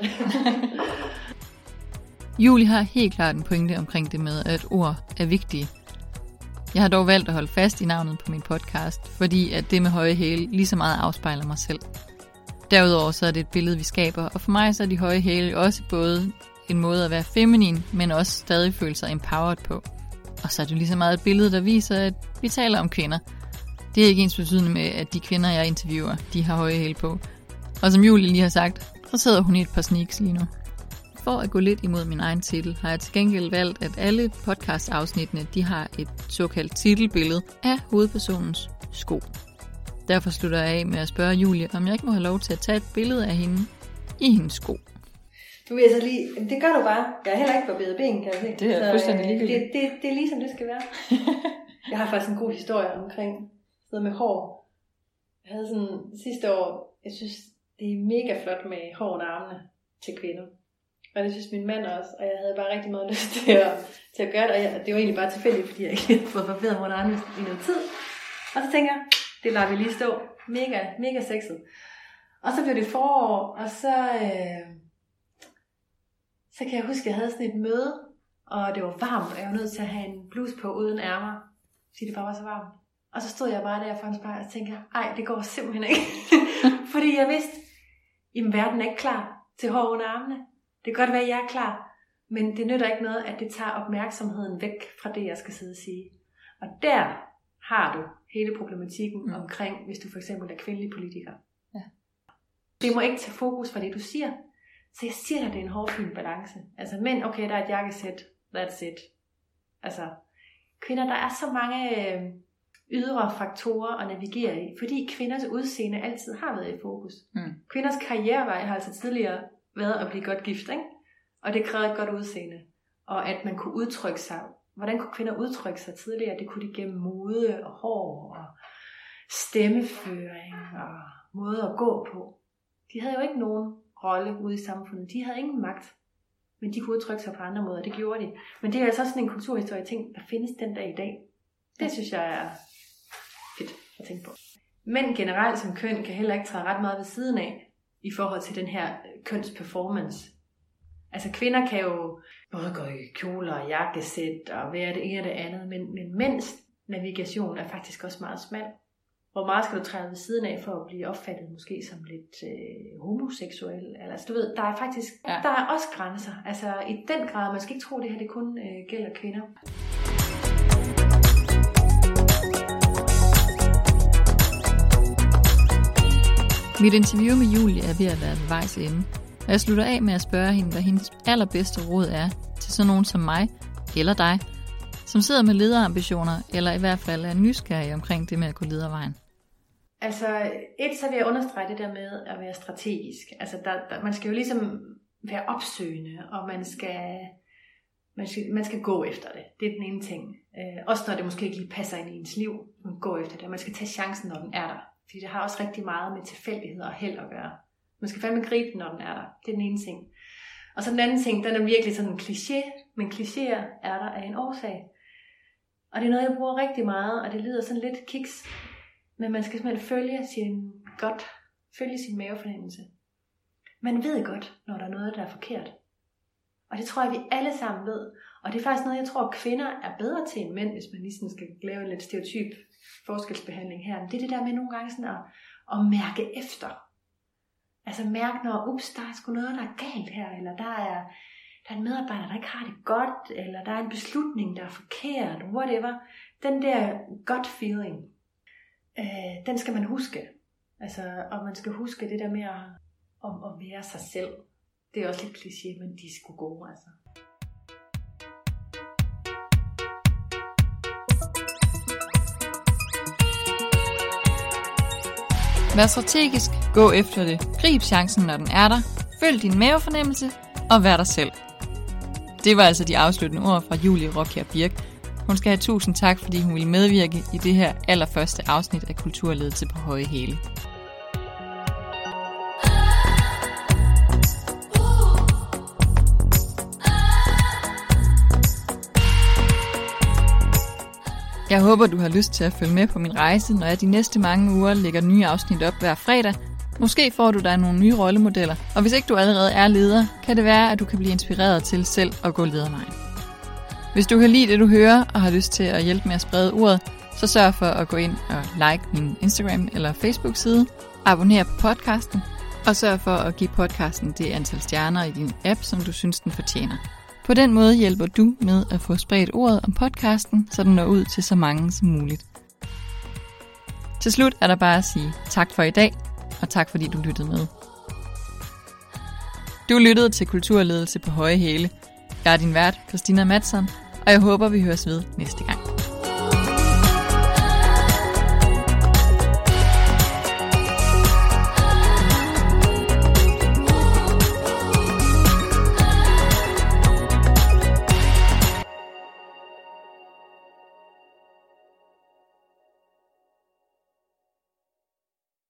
Julie har helt klart en pointe omkring det med, at ord er vigtige. Jeg har dog valgt at holde fast i navnet på min podcast, fordi at det med høje hæle lige så meget afspejler mig selv. Derudover så er det et billede, vi skaber, og for mig så er de høje hæle også både en måde at være feminin, men også stadig føle sig empowered på. Og så er det lige så meget et billede, der viser, at vi taler om kvinder. Det er ikke ensbetydende med, at de kvinder, jeg interviewer, de har høje hæle på. Og som Julie lige har sagt, så sidder hun i et par sneaks lige nu. For at gå lidt imod min egen titel, har jeg til gengæld valgt, at alle podcast-afsnittene, de har et såkaldt titelbillede af hovedpersonens sko. Derfor slutter jeg af med at spørge Julie, om jeg ikke må have lov til at tage et billede af hende i hendes sko. Du vil altså lige, det gør du bare. Jeg er heller ikke barberet ben, kan jeg se. Det er fuldstændig ligegyldigt. Det er ligesom det skal være. Jeg har faktisk en god historie omkring noget med hår. Jeg havde sådan sidste år, jeg synes, det er mega flot med hår under armene til kvinder. Og det synes min mand også, og jeg havde bare rigtig meget lyst til at gøre det. Og det var egentlig bare tilfældigt, fordi jeg ikke havde fået barberet mig under armene i noget tid. Og så tænker jeg, det lader vi lige stå. Mega, mega sexet. Og så blev det forår, og så kan jeg huske, at jeg havde sådan et møde, og det var varmt, og jeg var nødt til at have en bluse på uden ærmer, fordi det bare var så varmt. Og så stod jeg bare der foran spejlet og tænkte, ej, det går simpelthen ikke. Fordi jeg vidste, at verden er ikke klar til hår under armene. Det kan godt være, at jeg er klar, men det nytter ikke noget, at det tager opmærksomheden væk fra det, jeg skal sidde og sige. Og der har du hele problematikken omkring, hvis du for eksempel er kvindelig politiker. Ja. Det må ikke tage fokus fra det, du siger. Så jeg siger dig, det er en hårfin balance. Altså mænd, okay, der er et jakkesæt, that's it. Altså kvinder, der er så mange ydre faktorer at navigere i, fordi kvinders udseende altid har været i fokus. Kvinders karrierevej har altså tidligere været at blive godt gift, ikke? Og det krævede et godt udseende. Og at man kunne udtrykke sig. Hvordan kunne kvinder udtrykke sig tidligere? Det kunne de gennem mode og hår og stemmeføring og måde at gå på. De havde jo ikke nogen rolle ude i samfundet. De havde ingen magt, men de kunne udtrykke sig på andre måder. Det gjorde de. Men det er altså sådan en kulturhistorie ting, der findes den dag i dag. Det synes jeg er fedt at tænke på. Mænd generelt som køn kan heller ikke træde ret meget ved siden af i forhold til den her kønsperformance. Altså kvinder kan jo både gå i kjoler og jakkesæt og være det ene og det andet, men mænds navigation er faktisk også meget smal. Hvor meget skal du træde ved siden af for at blive opfattet måske som lidt homoseksuel? Altså du ved, der er faktisk der er også grænser. Altså i den grad, man skal ikke tro, at det her det kun gælder kvinder. Mit interview med Julie er ved at være ved vejs ende, og jeg slutter af med at spørge hende, hvad hendes allerbedste råd er til sådan nogen som mig, eller dig, som sidder med lederambitioner, eller i hvert fald er nysgerrig omkring det med at gå ledervejen. Altså, så vil jeg understrege det der med at være strategisk. Altså, man skal jo ligesom være opsøgende, og man skal gå efter det. Det er den ene ting. Også når det måske ikke lige passer ind i ens liv, man gå efter det. Man skal tage chancen, når den er der. Fordi det har også rigtig meget med tilfældighed og held at gøre. Man skal fandme gribe den, når den er der. Det er den ene ting. Og så den anden ting, den er virkelig sådan en kliché, men klichéer er der af en årsag. Og det er noget, jeg bruger rigtig meget, og det lyder sådan lidt kiks. Men man skal simpelthen følge sin mavefornemmelse. Man ved godt, når der er noget, der er forkert. Og det tror jeg, vi alle sammen ved. Og det er faktisk noget, jeg tror, kvinder er bedre til end mænd, hvis man ligesom skal lave en lidt stereotyp forskelsbehandling her. Men det er det der med nogle gange sådan at mærke efter. Altså mærke, når der er sgu noget, der er galt her, eller der er en medarbejder, der ikke har det godt, eller der er en beslutning, der er forkert, whatever. Den der gut feeling. den skal man huske. Altså, og man skal huske det der med at være sig selv. Det er også lidt kliché, men de er sgu gode, altså. Vær strategisk, gå efter det, grib chancen, når den er der, følg din mavefornemmelse og vær dig selv. Det var altså de afsluttende ord fra Julie Raakjær Birk. Hun skal have 1000 tak, fordi hun ville medvirke i det her allerførste afsnit af Kulturledelse på høje hæle. Jeg håber, du har lyst til at følge med på min rejse, når jeg de næste mange uger lægger nye afsnit op hver fredag. Måske får du dig nogle nye rollemodeller, og hvis ikke du allerede er leder, kan det være, at du kan blive inspireret til selv at gå ledervejen. Hvis du kan lide det, du hører, og har lyst til at hjælpe med at sprede ordet, så sørg for at gå ind og like min Instagram eller Facebook-side, abonner på podcasten, og sørg for at give podcasten det antal stjerner i din app, som du synes, den fortjener. På den måde hjælper du med at få spredt ordet om podcasten, så den når ud til så mange som muligt. Til slut er der bare at sige tak for i dag, og tak fordi du lyttede med. Du lyttede til Kulturledelse på høje hæle. Jeg er din vært, Christina Madsson, og jeg håber, vi høres ved næste gang.